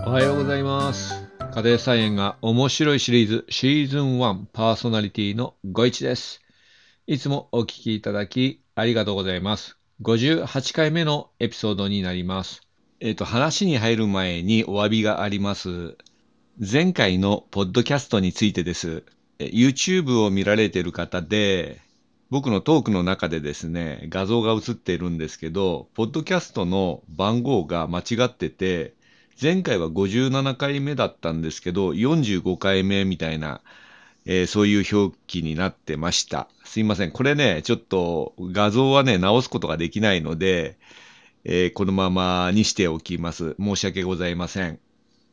おはようございます。家庭菜園が面白いシリーズシーズン1パーソナリティのご一です。いつもお聞きいただきありがとうございます。58回目のエピソードになります。話に入る前にお詫びがあります。前回のポッドキャストについてです。YouTube を見られている方で、僕のトークの中でですね、画像が映っているんですけど、ポッドキャストの番号が間違ってて、前回は57回目だったんですけど、45回目みたいな、そういう表記になってました。すいません。これね、ちょっと画像はね、直すことができないので、このままにしておきます。申し訳ございません。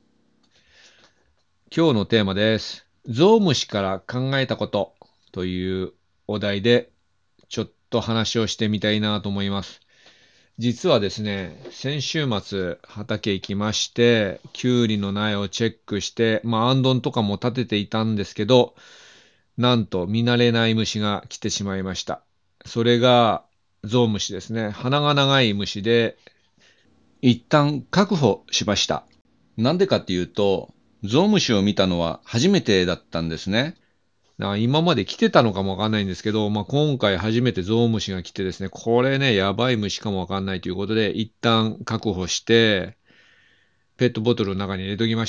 今日のテーマです。ゾウムシから考えたことというお題でちょっと話をしてみたいなと思います。実はですね、先週末畑行きまして、キュウリの苗をチェックして、アンドンとかも立てていたんですけど、なんと見慣れない虫が来てしまいました。それがゾウムシですね。鼻が長い虫で、一旦確保しました。なんでかっていうと、ゾウムシを見たのは初めてだったんですね。今まで来てたのかもわかんないんですけど、今回初めてゾウムシが来てですね、これね、やばい虫かもわかんないということで、一旦確保して、ペットボトルの中に入れときました。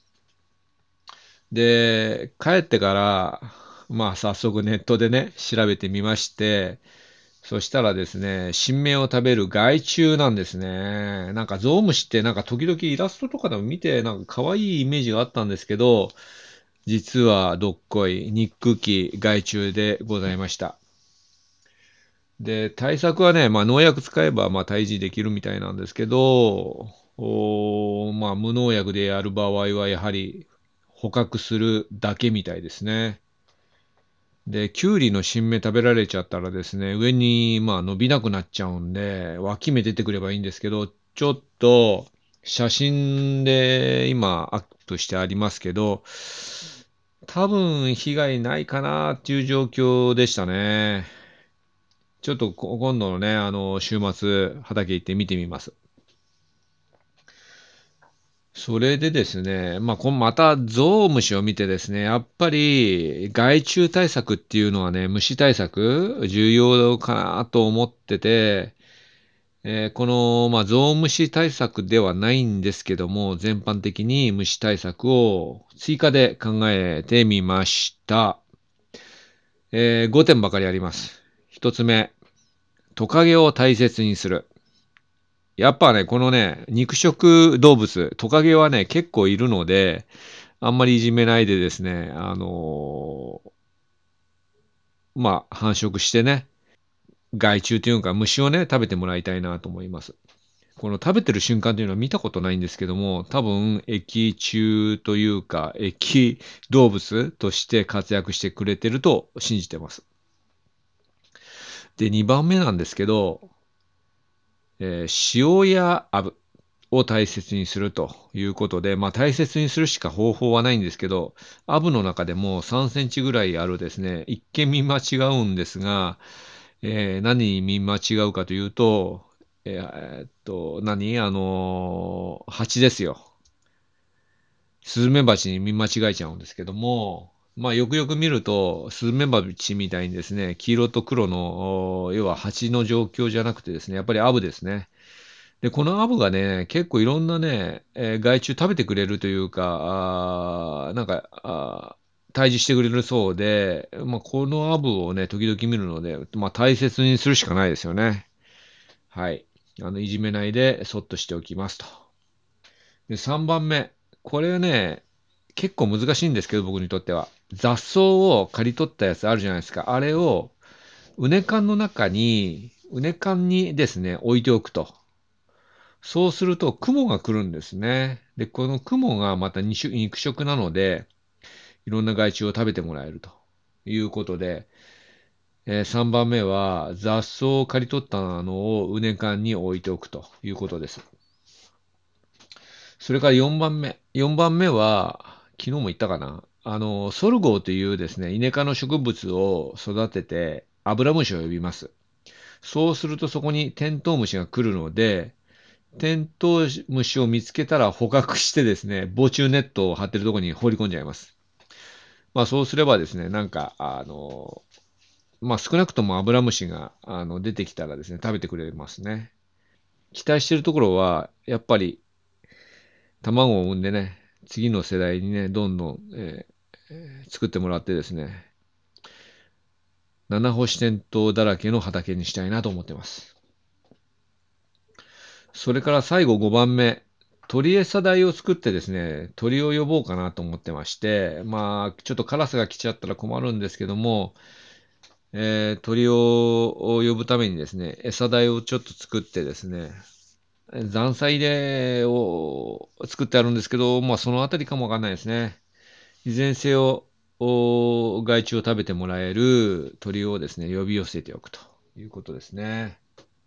で、帰ってから、早速ネットでね、調べてみまして、そしたらですね、新芽を食べる害虫なんですね。なんかゾウムシってなんか時々イラストとかでも見て、なんか可愛いイメージがあったんですけど、実はどっこい憎き害虫でございました。で、対策はね、農薬使えば退治できるみたいなんですけど、無農薬でやる場合はやはり捕獲するだけみたいですね。で、キュウリの新芽食べられちゃったらですね、上に伸びなくなっちゃうんで、脇芽出てくればいいんですけど、ちょっと写真で今アップしてありますけど、多分被害ないかなっていう状況でしたね。ちょっと今度のね、週末、畑行って見てみます。それでですね、またゾウムシを見てですね、やっぱり害虫対策っていうのはね、虫対策重要かなと思ってて、この、ゾウムシ対策ではないんですけども、全般的に虫対策を追加で考えてみました。5点ばかりあります。1つ目、トカゲを大切にする。やっぱね、このね、肉食動物、トカゲはね、結構いるので、あんまりいじめないでですね、繁殖してね、害虫というか虫をね、食べてもらいたいなと思います。この食べてる瞬間というのは見たことないんですけども、多分、益虫というか、益動物として活躍してくれてると信じてます。で、2番目なんですけど、塩やアブを大切にするということで、大切にするしか方法はないんですけど、アブの中でも3センチぐらいあるですね、一見見間違うんですが、何に見間違うかというと、蜂ですよ。スズメバチに見間違えちゃうんですけども、よくよく見ると、スズメバチみたいにですね、黄色と黒の、要は蜂の状況じゃなくてですね、やっぱりアブですね。で、このアブがね、結構いろんなね、害虫食べてくれるというか、退治してくれるそうで、このアブをね、時々見るので、大切にするしかないですよね。はい。いじめないで、そっとしておきますと。で、3番目。これね、結構難しいんですけど、僕にとっては。雑草を刈り取ったやつあるじゃないですか。あれを、畝缶にですね、置いておくと。そうすると、雲が来るんですね。で、この雲がまた肉食なので、いろんな害虫を食べてもらえるということで、3番目は雑草を刈り取ったのを畝缶に置いておくということです。それから4番目。4番目は、昨日も言ったかな。ソルゴーというですね、イネ科の植物を育てて、アブラムシを呼びます。そうするとそこにテントウムシが来るので、 テントウムシを見つけたら捕獲してですね、防虫ネットを張ってるところに放り込んじゃいます。まあそうすればですね、まあ少なくともアブラムシが出てきたらですね、食べてくれますね。期待してるところは、やっぱり卵を産んでね、次の世代にね、どんどん、作ってもらってですね、七星テントウだらけの畑にしたいなと思ってます。それから最後5番目、鳥餌台を作ってですね、鳥を呼ぼうかなと思ってまして、まあ、ちょっとカラスが来ちゃったら困るんですけども、鳥を呼ぶためにですね、餌台をちょっと作ってですね、残菜で作ってあるんですけど、まあそのあたりかもわかんないですね。いずれにせよ、害虫を食べてもらえる鳥をですね、呼び寄せておくということですね。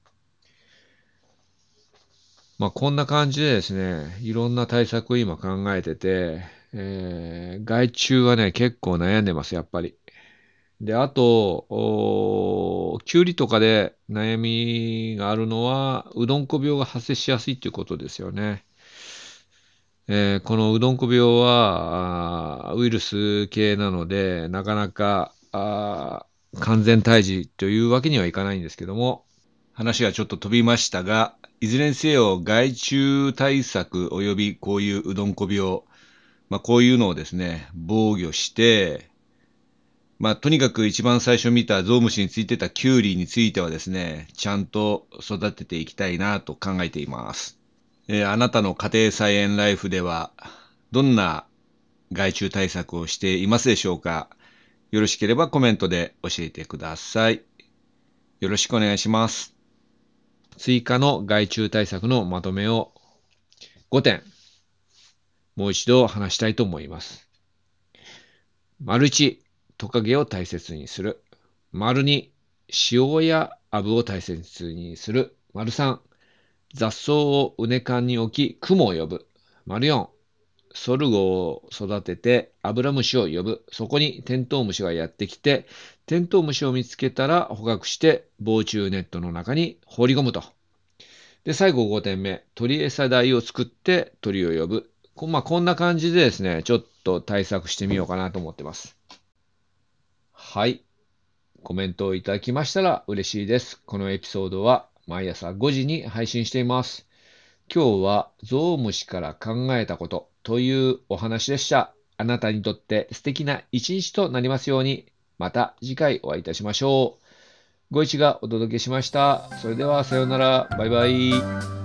まあこんな感じでですね、いろんな対策を今考えてて、害虫はね、結構悩んでます、やっぱり。で、あと、キュウリとかで悩みがあるのは、うどんこ病が発生しやすいということですよね。このうどんこ病は、ウイルス系なので、なかなか、完全退治というわけにはいかないんですけども、話がちょっと飛びましたが、いずれにせよ害虫対策及びこういううどんこ病、まあこういうのをですね、防御して、まあとにかく一番最初見たゾウムシについてたキュウリについてはですね、ちゃんと育てていきたいなと考えています。あなたの家庭菜園ライフでは、どんな害虫対策をしていますでしょうか？よろしければコメントで教えてください。よろしくお願いします。追加の害虫対策のまとめを5点、もう一度話したいと思います。丸1、トカゲを大切にする。丸2、塩やアブを大切にする。丸3、雑草を畝間に置き、雲を呼ぶ。丸4、ソルゴを育ててアブラムシを呼ぶ。そこにテントウムシがやってきて、テントウムシを見つけたら捕獲して防虫ネットの中に放り込むと。で、最後5点目、鳥餌台を作って鳥を呼ぶ。まあ、こんな感じでですね、ちょっと対策してみようかなと思ってます。はい。コメントをいただきましたら嬉しいです。このエピソードは毎朝5時に配信しています。今日はゾウムシから考えたことというお話でした。あなたにとって素敵な一日となりますように、また次回お会いいたしましょう。ご一がお届けしました。それではさようなら。バイバイ。